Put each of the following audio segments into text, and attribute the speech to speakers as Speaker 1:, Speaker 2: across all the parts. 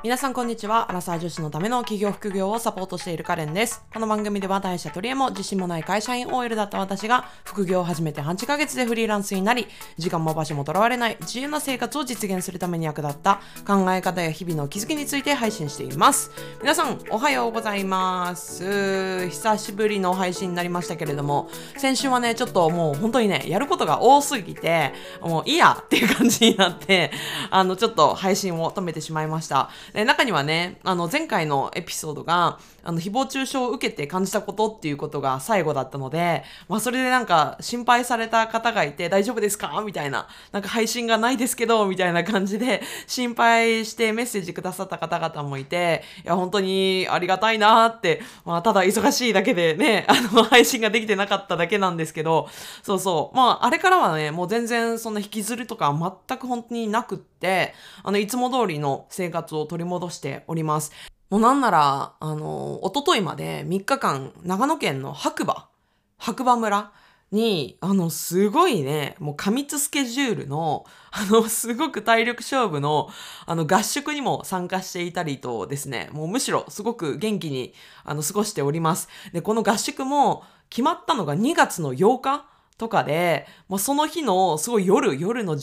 Speaker 1: 皆さんこんにちは。アラサー女子のための企業副業をサポートしているカレンです。この番組では大した取り柄も自信もない会社員 OL だった私が副業を始めて8ヶ月でフリーランスになり、時間も場所もとらわれない自由な生活を実現するために役立った考え方や日々の気づきについて配信しています。皆さんおはようございます。久しぶりの配信になりましたけれども、先週はね、ちょっともう本当にね、やることが多すぎて、もういいやっていう感じになって、ちょっと配信を止めてしまいました。で、中にはね、前回のエピソードが、誹謗中傷を受けて感じたことっていうことが最後だったので、それでなんか心配された方がいて、大丈夫ですかみたいな、なんか配信がないですけど、みたいな感じで心配してメッセージくださった方々もいて、いや、本当にありがたいなって、ただ忙しいだけでね、配信ができてなかっただけなんですけど、そうそう。あれからはね、もう全然そんな引きずるとか全く本当になくって、いつも通りの生活を取り戻しております。もうなんなら、一昨日まで3日間、長野県の白馬村に、すごいね、もう過密スケジュールの、すごく体力勝負の、合宿にも参加していたりとですね、もうむしろすごく元気に、過ごしております。で、この合宿も決まったのが2月の8日とかで、もうその日のすごい夜の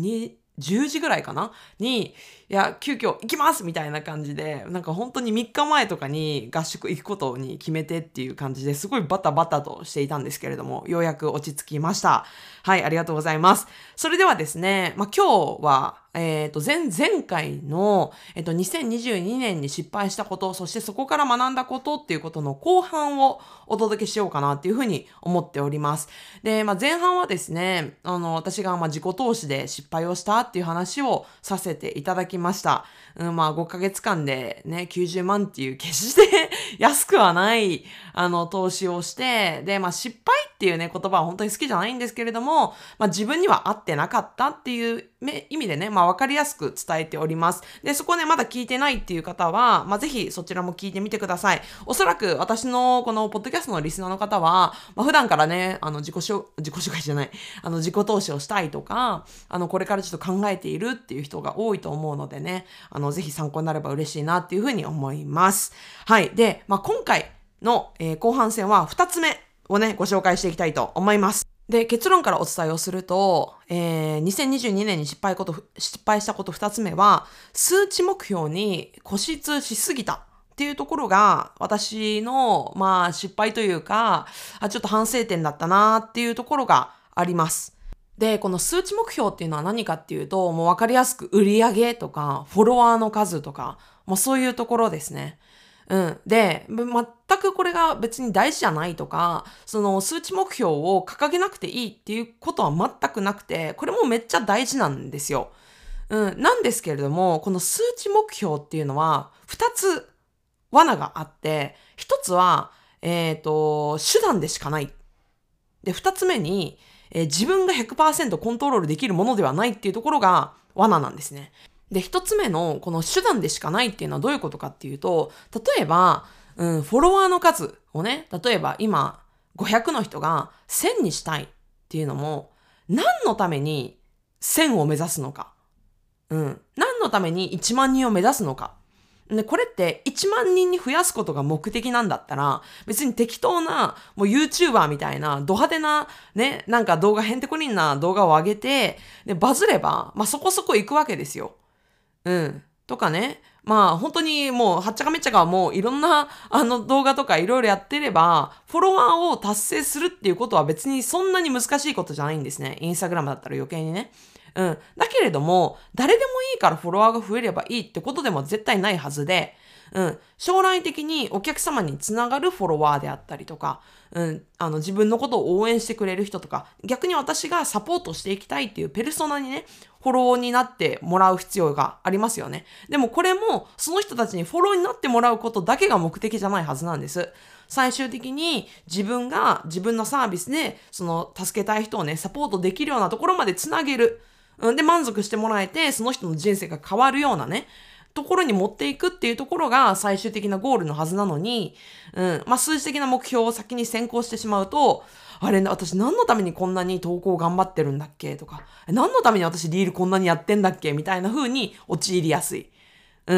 Speaker 1: 10時ぐらいかなに、いや、急遽行きますみたいな感じで、なんか本当に3日前とかに合宿行くことに決めてっていう感じですごいバタバタとしていたんですけれども、ようやく落ち着きました。はい、ありがとうございます。それではですね、今日は、前回の、2022年に失敗したこと、そしてそこから学んだことっていうことの後半をお届けしようかなっていうふうに思っております。で、前半はですね、私が自己投資で失敗をしたっていう話をさせていただきました。5ヶ月間でね、90万っていう決して安くはない、投資をして、で、失敗っていうね、言葉は本当に好きじゃないんですけれども、自分には合ってなかったっていう意味でね、わかりやすく伝えております。で、そこね、まだ聞いてないっていう方は、ぜひそちらも聞いてみてください。おそらく私のこのポッドキャストのリスナーの方は、普段からね、自己紹介じゃない、自己投資をしたいとか、これからちょっと考えているっていう人が多いと思うのでね、ぜひ参考になれば嬉しいなっていうふうに思います。はい。で、今回の、後半戦は2つ目をね、ご紹介していきたいと思います。で、結論からお伝えをすると、2022年に失敗したこと2つ目は、数値目標に固執しすぎたっていうところが、私の、失敗というか、ちょっと反省点だったなっていうところがあります。で、この数値目標っていうのは何かっていうと、もうわかりやすく売上とか、フォロワーの数とか、もうそういうところですね。で、全くこれが別に大事じゃないとか、その数値目標を掲げなくていいっていうことは全くなくて、これもめっちゃ大事なんですよ。なんですけれども、この数値目標っていうのは、2つ罠があって、1つは、手段でしかない。で、2つ目に、自分が 100% コントロールできるものではないっていうところが罠なんですね。で、一つ目のこの手段でしかないっていうのはどういうことかっていうと、例えば、フォロワーの数をね、例えば今500の人が1000にしたいっていうのも、何のために1000を目指すのか。何のために1万人を目指すのか。で、これって1万人に増やすことが目的なんだったら、別に適当な、もう YouTuber みたいな、ド派手な、ね、なんか動画、へんてこりんな動画を上げて、で、バズれば、そこそこ行くわけですよ。とかね。本当にもう、はっちゃかめっちゃかもういろんな、動画とかいろいろやってれば、フォロワーを達成するっていうことは別にそんなに難しいことじゃないんですね。インスタグラムだったら余計にね。だけれども、誰でもいいからフォロワーが増えればいいってことでも絶対ないはずで、将来的にお客様につながるフォロワーであったりとか、自分のことを応援してくれる人とか、逆に私がサポートしていきたいっていうペルソナにね、フォローになってもらう必要がありますよね。でもこれも、その人たちにフォローになってもらうことだけが目的じゃないはずなんです。最終的に自分が自分のサービスで、その助けたい人をね、サポートできるようなところまでつなげる。で、満足してもらえて、その人の人生が変わるようなね、ところに持っていくっていうところが最終的なゴールのはずなのに、数字的な目標を先に先行してしまうと、あれ、私何のためにこんなに投稿頑張ってるんだっけとか、何のために私リールこんなにやってんだっけみたいな風に陥りやすい。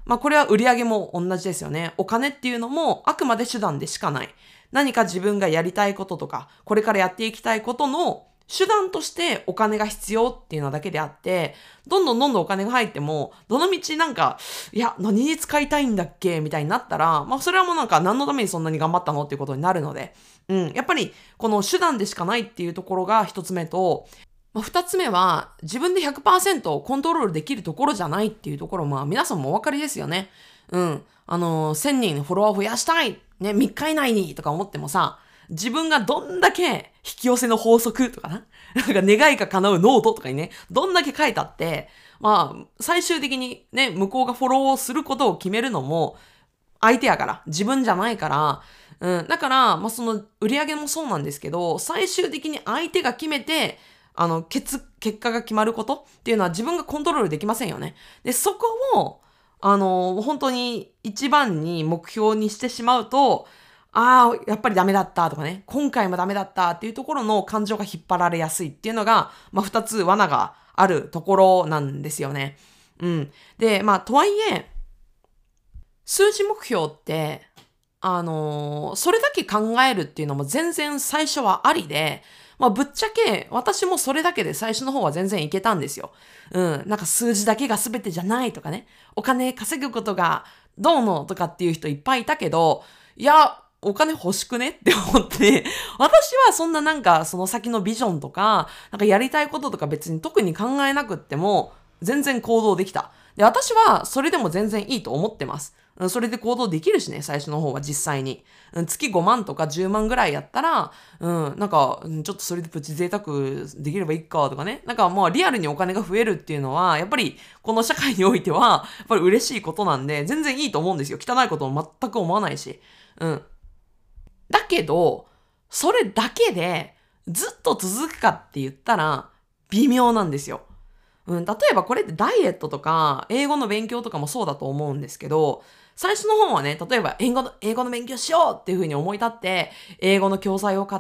Speaker 1: まあこれは売り上げも同じですよね。お金っていうのもあくまで手段でしかない。何か自分がやりたいこととか、これからやっていきたいことの手段としてお金が必要っていうのだけであって、どんどんお金が入っても、どの道なんか、いや、何に使いたいんだっけみたいになったら、まあそれはもうなんか何のためにそんなに頑張ったのっていうことになるので、やっぱりこの手段でしかないっていうところが一つ目と、まあ、二つ目は自分で 100% コントロールできるところじゃないっていうところ、まあ皆さんもお分かりですよね。1000人フォロワーを増やしたいね、3日以内にとか思ってもさ、自分がどんだけ引き寄せの法則とかなんか願いが叶うノートとかにね、どんだけ書いたって、まあ、最終的にね、向こうがフォローをすることを決めるのも、相手やから、自分じゃないから、だから、まあその売り上げもそうなんですけど、最終的に相手が決めて、結果が決まることっていうのは自分がコントロールできませんよね。で、そこを、本当に一番に目標にしてしまうと、やっぱりダメだったとかね、今回もダメだったっていうところの感情が引っ張られやすいっていうのが、まあ、二つ罠があるところなんですよね。で、まあ、とはいえ、数字目標って、それだけ考えるっていうのも全然最初はありで、まあぶっちゃけ私もそれだけで最初の方は全然いけたんですよ。なんか数字だけが全てじゃないとかね。お金稼ぐことがどうのとかっていう人いっぱいいたけど、いや、お金欲しくねって思って、私はそんななんかその先のビジョンとか、なんかやりたいこととか別に特に考えなくっても全然行動できた。で、私はそれでも全然いいと思ってます。それで行動できるしね、最初の方は実際に。月5万とか10万ぐらいやったら、なんか、ちょっとそれでプチ贅沢できればいいかとかね。なんかまあリアルにお金が増えるっていうのは、やっぱりこの社会においては、やっぱり嬉しいことなんで、全然いいと思うんですよ。汚いことも全く思わないし。だけど、それだけでずっと続くかって言ったら、微妙なんですよ。例えばこれってダイエットとか、英語の勉強とかもそうだと思うんですけど、最初の方はね、例えば英語の勉強しようっていう風に思い立って、英語の教材を買って、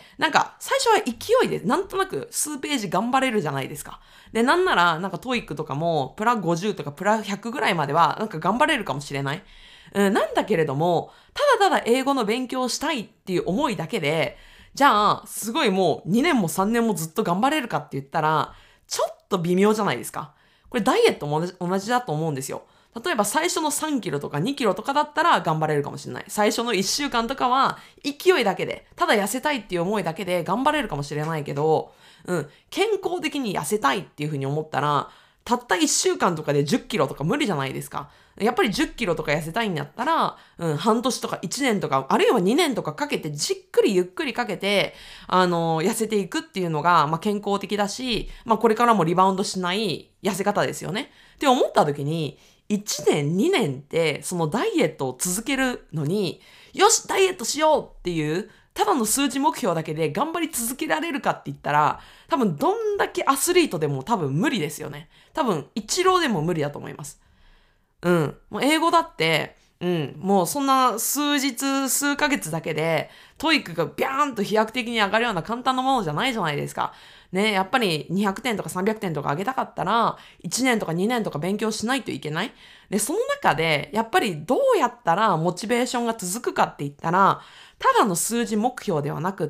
Speaker 1: なんか最初は勢いでなんとなく数ページ頑張れるじゃないですか。で、なんならなんかトイックとかもプラ50とかプラ100ぐらいまではなんか頑張れるかもしれない。なんだけれども、ただただ英語の勉強をしたいっていう思いだけで、じゃあ、すごいもう2年も3年もずっと頑張れるかって言ったら、ちょっと微妙じゃないですか。これダイエットも同じだと思うんですよ。例えば最初の3キロとか2キロとかだったら頑張れるかもしれない。最初の1週間とかは勢いだけで、ただ痩せたいっていう思いだけで頑張れるかもしれないけど、健康的に痩せたいっていうふうに思ったら、たった1週間とかで10キロとか無理じゃないですか。やっぱり10キロとか痩せたいんだったら、半年とか1年とか、あるいは2年とかかけて、じっくりゆっくりかけて、痩せていくっていうのが、まあ、健康的だし、まあ、これからもリバウンドしない痩せ方ですよね。って思った時に、1年、2年って、そのダイエットを続けるのに、よし、ダイエットしようっていう、ただの数値目標だけで頑張り続けられるかって言ったら、多分どんだけアスリートでも多分無理ですよね。多分、イチローでも無理だと思います。もう英語だって、もうそんな数日、数ヶ月だけで、トイックがビャーンと飛躍的に上がるような簡単なものじゃないじゃないですか。ね、やっぱり200点とか300点とか上げたかったら、1年とか2年とか勉強しないといけない。で、その中で、やっぱりどうやったらモチベーションが続くかって言ったら、ただの数字目標ではなくって、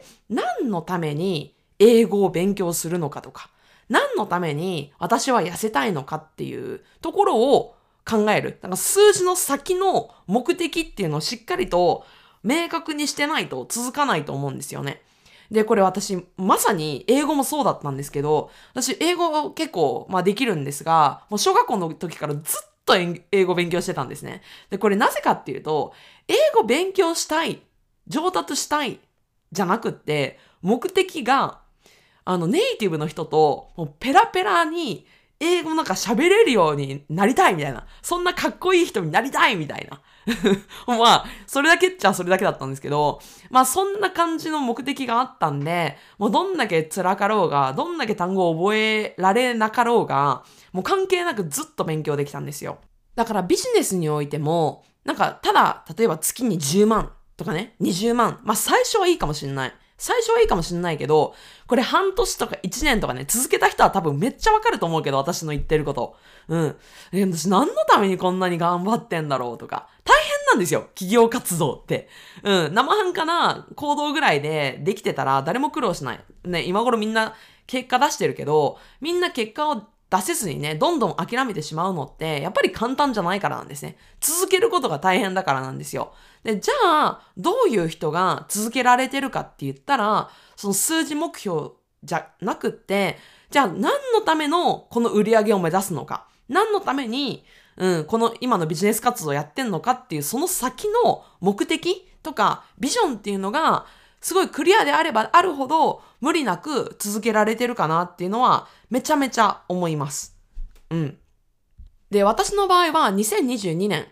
Speaker 1: 何のために英語を勉強するのかとか、何のために私は痩せたいのかっていうところを考える。だから数字の先の目的っていうのをしっかりと明確にしてないと続かないと思うんですよね。で、これ私、まさに英語もそうだったんですけど、私、英語結構、できるんですが、もう小学校の時からずっと英語勉強してたんですね。で、これなぜかっていうと、英語勉強したい、上達したい、じゃなくって、目的が、ネイティブの人と、もうペラペラに、英語なんか喋れるようになりたいみたいな。そんなかっこいい人になりたいみたいな。それだけっちゃそれだけだったんですけど、そんな感じの目的があったんで、もうどんだけ辛かろうが、どんだけ単語を覚えられなかろうが、もう関係なくずっと勉強できたんですよ。だからビジネスにおいても、なんかただ、例えば月に10万とかね、20万。最初はいいかもしれない。 最初はいいかもしんないけど、これ半年とか1年とかね、続けた人は多分めっちゃわかると思うけど、私の言ってること。私何のためにこんなに頑張ってんだろうとか。大変なんですよ、企業活動って。生半可な行動ぐらいでできてたら誰も苦労しない。ね、今頃みんな結果出してるけど、みんな結果を出せずにね、どんどん諦めてしまうのって、やっぱり簡単じゃないからなんですね。続けることが大変だからなんですよ。で、じゃあ、どういう人が続けられてるかって言ったら、その数字目標じゃなくって、じゃあ何のためのこの売り上げを目指すのか。何のために、この今のビジネス活動をやってんのかっていう、その先の目的とかビジョンっていうのが、すごいクリアであればあるほど無理なく続けられてるかなっていうのはめちゃめちゃ思います。で、私の場合は2022年、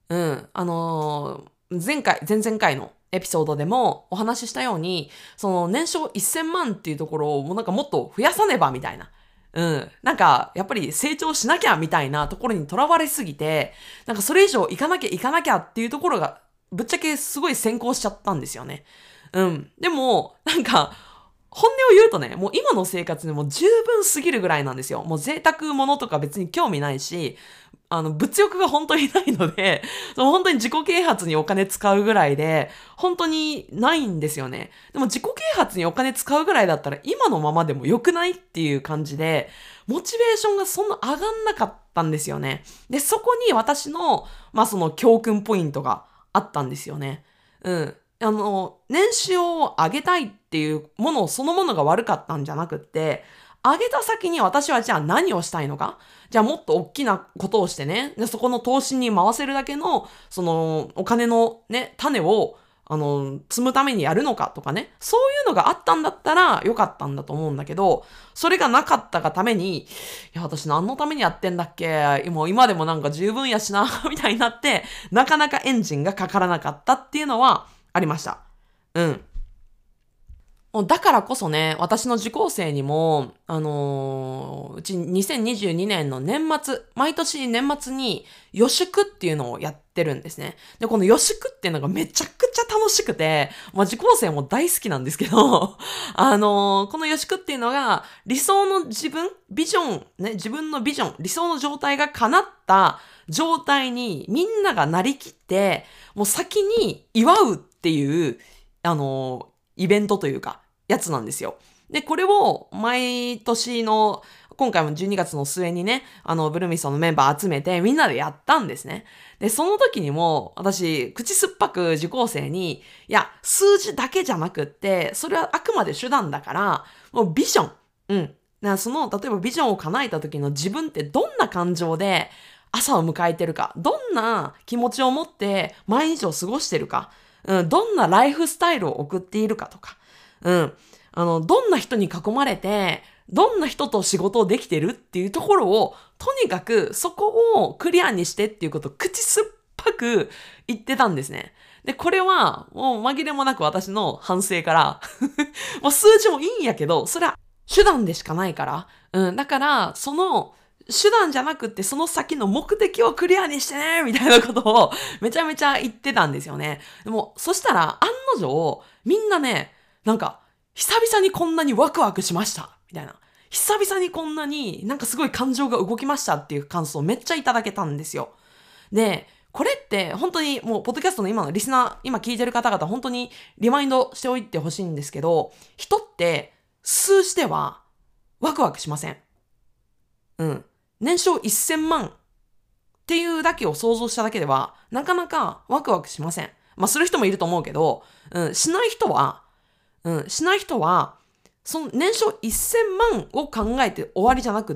Speaker 1: 前々回のエピソードでもお話ししたように、その年商1000万っていうところをもっと増やさねばみたいな。やっぱり成長しなきゃみたいなところにとらわれすぎて、それ以上行かなきゃっていうところがぶっちゃけすごい先行しちゃったんですよね。でも、本音を言うとね、もう今の生活でも十分すぎるぐらいなんですよ。もう贅沢ものとか別に興味ないし、物欲が本当にないので、本当に自己啓発にお金使うぐらいで、本当にないんですよね。でも自己啓発にお金使うぐらいだったら今のままでも良くないっていう感じで、モチベーションがそんな上がんなかったんですよね。で、そこに私の、その教訓ポイントがあったんですよね。年収を上げたいっていうものそのものが悪かったんじゃなくって、上げた先に私はじゃあ何をしたいのか、じゃあもっと大きなことをしてね、でそこの投資に回せるだけの、そのお金のね、種を、積むためにやるのかとかね、そういうのがあったんだったら良かったんだと思うんだけど、それがなかったがために、いや、私何のためにやってんだっけ、もう今でも十分やしな、みたいになって、なかなかエンジンがかからなかったっていうのはありました。だからこそね、私の受講生にも、うち2022年の年末、毎年年末に予祝っていうのをやってるんですね。で、この予祝っていうのがめちゃくちゃ楽しくて、受講生も大好きなんですけど、この予祝っていうのが理想の自分のビジョン、理想の状態が叶った状態にみんながなりきって、もう先に祝うっていう、イベントというか、やつなんですよ。で、これを毎年の、今回も12月の末にね、ブルミソンのメンバー集めてみんなでやったんですね。で、その時にも私、口酸っぱく受講生に、いや、数字だけじゃなくって、それはあくまで手段だから、もうビジョン。例えばビジョンを叶えた時の自分ってどんな感情で朝を迎えてるか、どんな気持ちを持って毎日を過ごしてるか、どんなライフスタイルを送っているかとか、どんな人に囲まれて、どんな人と仕事をできてるっていうところを、とにかくそこをクリアにしてっていうことを口酸っぱく言ってたんですね。で、これはもう紛れもなく私の反省からもう数字もいいんやけど、それは手段でしかないから。だから、その手段じゃなくってその先の目的をクリアにしてねみたいなことをめちゃめちゃ言ってたんですよね。でも、そしたら案の定、みんなね、久々にこんなにワクワクしました。みたいな。久々にこんなにすごい感情が動きましたっていう感想をめっちゃいただけたんですよ。で、これって本当にもうポッドキャストの今のリスナー、今聞いてる方々本当にリマインドしておいてほしいんですけど、人って数字ではワクワクしません。年商1000万っていうだけを想像しただけではなかなかワクワクしません。する人もいると思うけど、しない人は、その年商1000万を考えて終わりじゃなくって、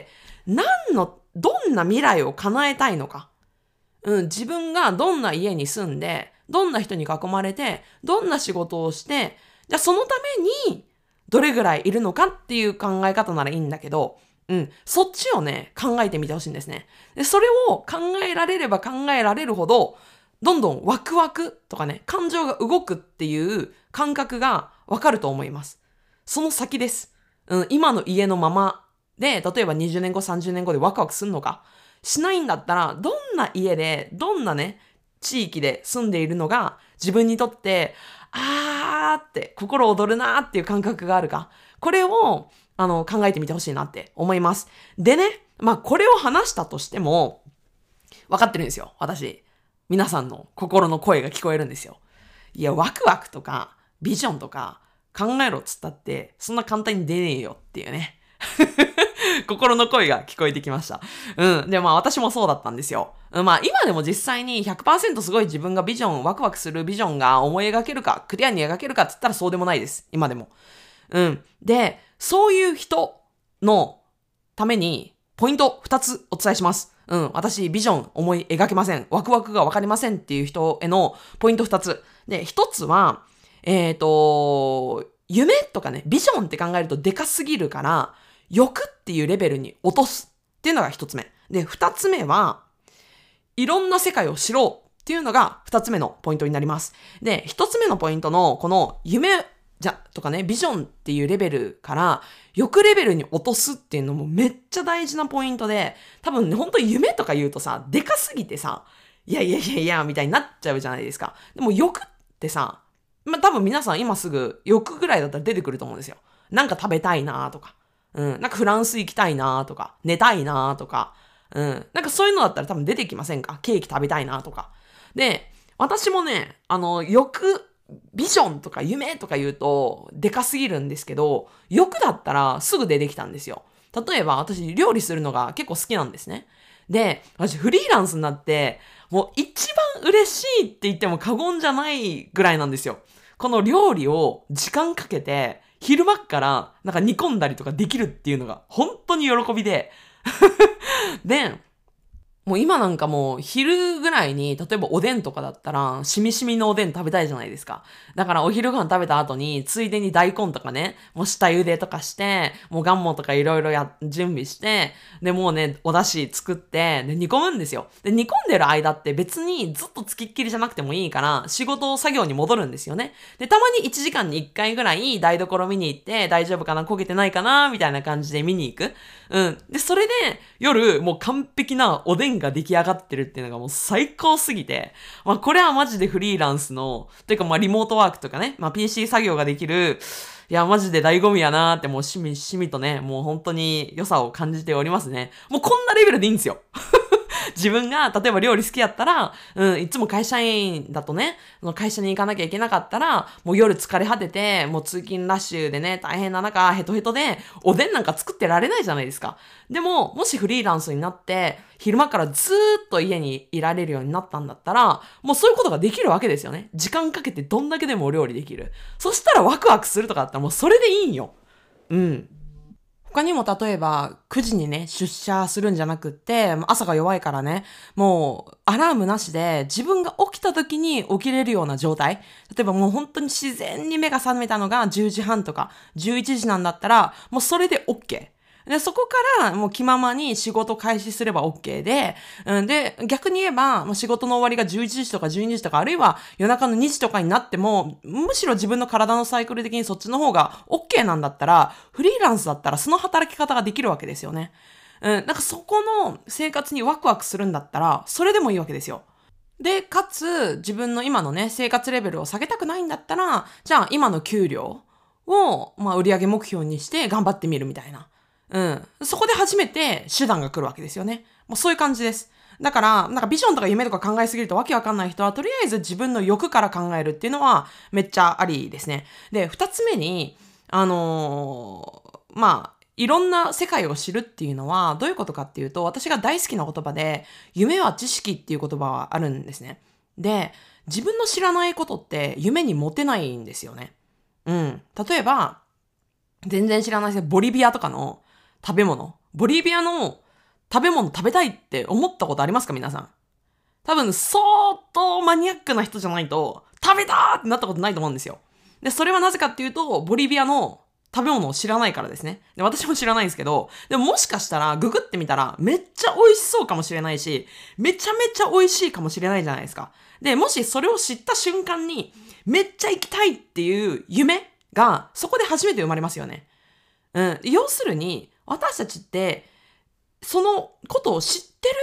Speaker 1: どんな未来を叶えたいのか。自分がどんな家に住んで、どんな人に囲まれて、どんな仕事をして、じゃあそのためにどれぐらいいるのかっていう考え方ならいいんだけど、そっちをね、考えてみてほしいんですね。で、それを考えられれば考えられるほど、どんどんワクワクとかね、感情が動くっていう感覚がわかると思います。その先です。今の家のままで、例えば20年後、30年後でワクワクするのか、しないんだったら、どんな家で、どんなね、地域で住んでいるのが自分にとって、 って心躍るなーっていう感覚があるか。これを、考えてみてほしいなって思います。でね、これを話したとしても、分かってるんですよ。私。皆さんの心の声が聞こえるんですよ。いや、ワクワクとか、ビジョンとか、考えろっつったって、そんな簡単に出ねえよっていうね。心の声が聞こえてきました。で、私もそうだったんですよ。今でも実際に 100% すごい自分がビジョン、ワクワクするビジョンが思い描けるか、クリアに描けるかって言ったらそうでもないです。今でも。で、そういう人のために、ポイント2つお伝えします。私、ビジョン思い描けません。ワクワクがわかりませんっていう人へのポイント2つ。で、1つは、夢とかね、ビジョンって考えるとでかすぎるから、欲っていうレベルに落とすっていうのが1つ目。で、2つ目は、いろんな世界を知ろうっていうのが2つ目のポイントになります。で、1つ目のポイントの、この夢とかね、ビジョンっていうレベルから、欲レベルに落とすっていうのもめっちゃ大事なポイントで、多分ね、本当に夢とか言うとさ、でかすぎてさ、いや、みたいになっちゃうじゃないですか。でも欲ってさ、多分皆さん今すぐ欲ぐらいだったら出てくると思うんですよ。なんか食べたいなとか、なんかフランス行きたいなとか、寝たいなとか、なんかそういうのだったら多分出てきませんか？ケーキ食べたいなとか。で、私もね、欲、ビジョンとか夢とか言うとでかすぎるんですけど、欲だったらすぐ出てきたんですよ。例えば私料理するのが結構好きなんですね。で、私フリーランスになって、もう一番嬉しいって言っても過言じゃないぐらいなんですよ。この料理を時間かけて、昼間っからなんか煮込んだりとかできるっていうのが本当に喜びで。で、もう今なんかもう昼ぐらいに、例えばおでんとかだったら、しみしみのおでん食べたいじゃないですか。だからお昼ご飯食べた後に、ついでに大根とかね、もう下茹でとかして、もうガンモとかいろいろ準備して、で、もうね、お出汁作って、で、煮込むんですよ。で、煮込んでる間って別にずっとつきっきりじゃなくてもいいから、仕事作業に戻るんですよね。で、たまに1時間に1回ぐらい台所見に行って、大丈夫かな、焦げてないかな、みたいな感じで見に行く。で、それで、夜、もう完璧なおでんが出来上がってるっていうのがもう最高すぎて、これはマジでフリーランスの、というかリモートワークとかね、PC 作業ができる、いや、マジで醍醐味やなーってもうしみしみとね、もう本当に良さを感じておりますね。もうこんなレベルでいいんですよ。自分が、例えば料理好きやったら、いつも会社員だとね、会社に行かなきゃいけなかったら、もう夜疲れ果てて、もう通勤ラッシュでね、大変な中、ヘトヘトで、おでんなんか作ってられないじゃないですか。でも、もしフリーランスになって、昼間からずーっと家にいられるようになったんだったら、もうそういうことができるわけですよね。時間かけてどんだけでもお料理できる。そしたらワクワクするとかだったらもうそれでいいんよ。他にも例えば9時にね、出社するんじゃなくって、朝が弱いからね、もうアラームなしで自分が起きた時に起きれるような状態。例えばもう本当に自然に目が覚めたのが10時半とか11時なんだったら、もうそれで OK。で、そこからもう気ままに仕事開始すれば OK で、で、逆に言えば、仕事の終わりが11時とか12時とか、あるいは夜中の2時とかになっても、むしろ自分の体のサイクル的にそっちの方が OK なんだったら、フリーランスだったらその働き方ができるわけですよね。なんかそこの生活にワクワクするんだったら、それでもいいわけですよ。で、かつ、自分の今のね、生活レベルを下げたくないんだったら、じゃあ今の給料を、売上目標にして頑張ってみるみたいな。そこで初めて手段が来るわけですよね。もうそういう感じです。だから、なんかビジョンとか夢とか考えすぎるとわけわかんない人は、とりあえず自分の欲から考えるっていうのはめっちゃありですね。で、二つ目に、いろんな世界を知るっていうのはどういうことかっていうと、私が大好きな言葉で、夢は知識っていう言葉はあるんですね。で、自分の知らないことって夢に持てないんですよね。例えば、全然知らないですけど、ボリビアとかの食べ物。ボリビアの食べ物食べたいって思ったことありますか皆さん。多分相当マニアックな人じゃないと食べたーってなったことないと思うんですよ。で、それはなぜかっていうと、ボリビアの食べ物を知らないからですね。で、私も知らないんですけど、でももしかしたらググってみたらめっちゃ美味しそうかもしれないし、めちゃめちゃ美味しいかもしれないじゃないですか。で、もしそれを知った瞬間にめっちゃ行きたいっていう夢がそこで初めて生まれますよね。要するに私たちってそのことを知ってる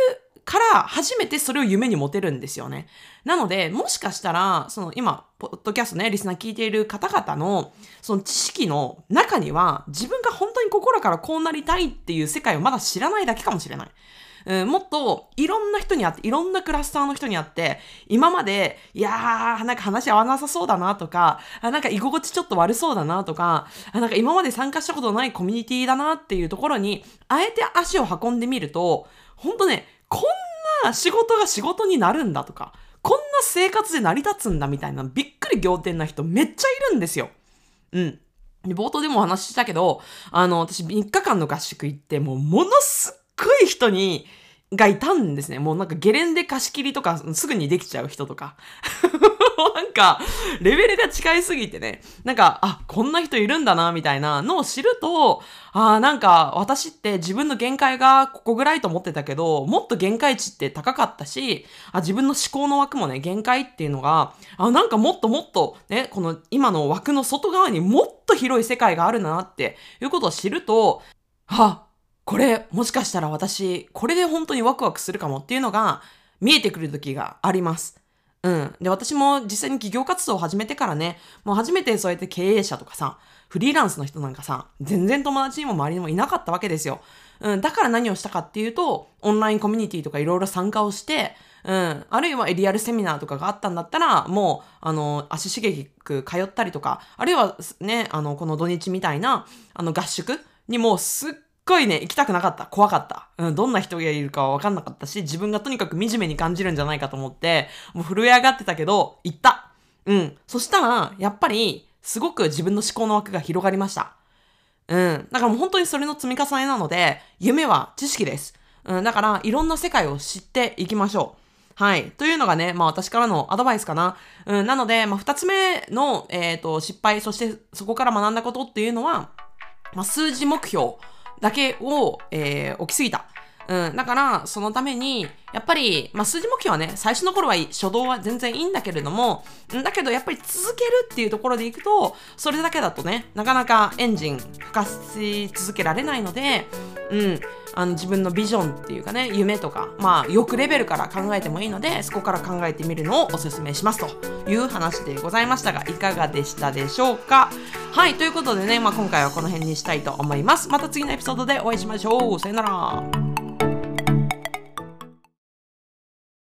Speaker 1: から初めてそれを夢に持てるんですよね。なので、もしかしたら、今、ポッドキャストね、リスナー聞いている方々の、その知識の中には、自分が本当に心からこうなりたいっていう世界をまだ知らないだけかもしれない。もっといろんな人に会って、いろんなクラスターの人に会って、今まで、いやー、なんか話合わなさそうだなとか、なんか居心地ちょっと悪そうだなとか、なんか今まで参加したことないコミュニティだなっていうところに、あえて足を運んでみると、ほんとね、こんな仕事が仕事になるんだとか、こんな生活で成り立つんだみたいな、びっくり仰天な人めっちゃいるんですよ。うん。で冒頭でもお話ししたけど、私3日間の合宿行って、ものすっごい人がいたんですね。もうなんかゲレンデ貸し切りとかすぐにできちゃう人とか。なんか、レベルが近いすぎてね。なんか、こんな人いるんだな、みたいなのを知ると、なんか私って自分の限界がここぐらいと思ってたけど、もっと限界値って高かったし、自分の思考の枠もね、限界っていうのが、なんかもっともっとね、この今の枠の外側にもっと広い世界があるなっていうことを知ると、これ、もしかしたら私、これで本当にワクワクするかもっていうのが見えてくる時があります。で、私も実際に企業活動を始めてからね、もう初めてそうやって経営者とかさ、フリーランスの人なんかさ、全然友達にも周りにもいなかったわけですよ。だから何をしたかっていうと、オンラインコミュニティとかいろいろ参加をして、あるいはリアルセミナーとかがあったんだったら、もう、足しげく通ったりとか、あるいはね、この土日みたいな、合宿にもうすっごいね、行きたくなかった。怖かった。どんな人がいるかは分かんなかったし、自分がとにかく惨めに感じるんじゃないかと思って、もう震え上がってたけど、行った。そしたら、やっぱり、すごく自分の思考の枠が広がりました。だからもう本当にそれの積み重ねなので、夢は知識です。だから、いろんな世界を知っていきましょう。はい。というのがね、私からのアドバイスかな。なので、二つ目の、失敗、そしてそこから学んだことっていうのは、数字目標だけを、置きすぎた。だから、そのために、やっぱり、数字目標はね、最初の頃はいい、初動は全然いいんだけれども、だけどやっぱり続けるっていうところでいくと、それだけだとね、なかなかエンジン吹かし続けられないので、自分のビジョンっていうかね、夢とか、欲レベルから考えてもいいので、そこから考えてみるのをお勧めしますという話でございましたが、いかがでしたでしょうか。はい、ということでね、今回はこの辺にしたいと思います。また次のエピソードでお会いしましょう。さよなら。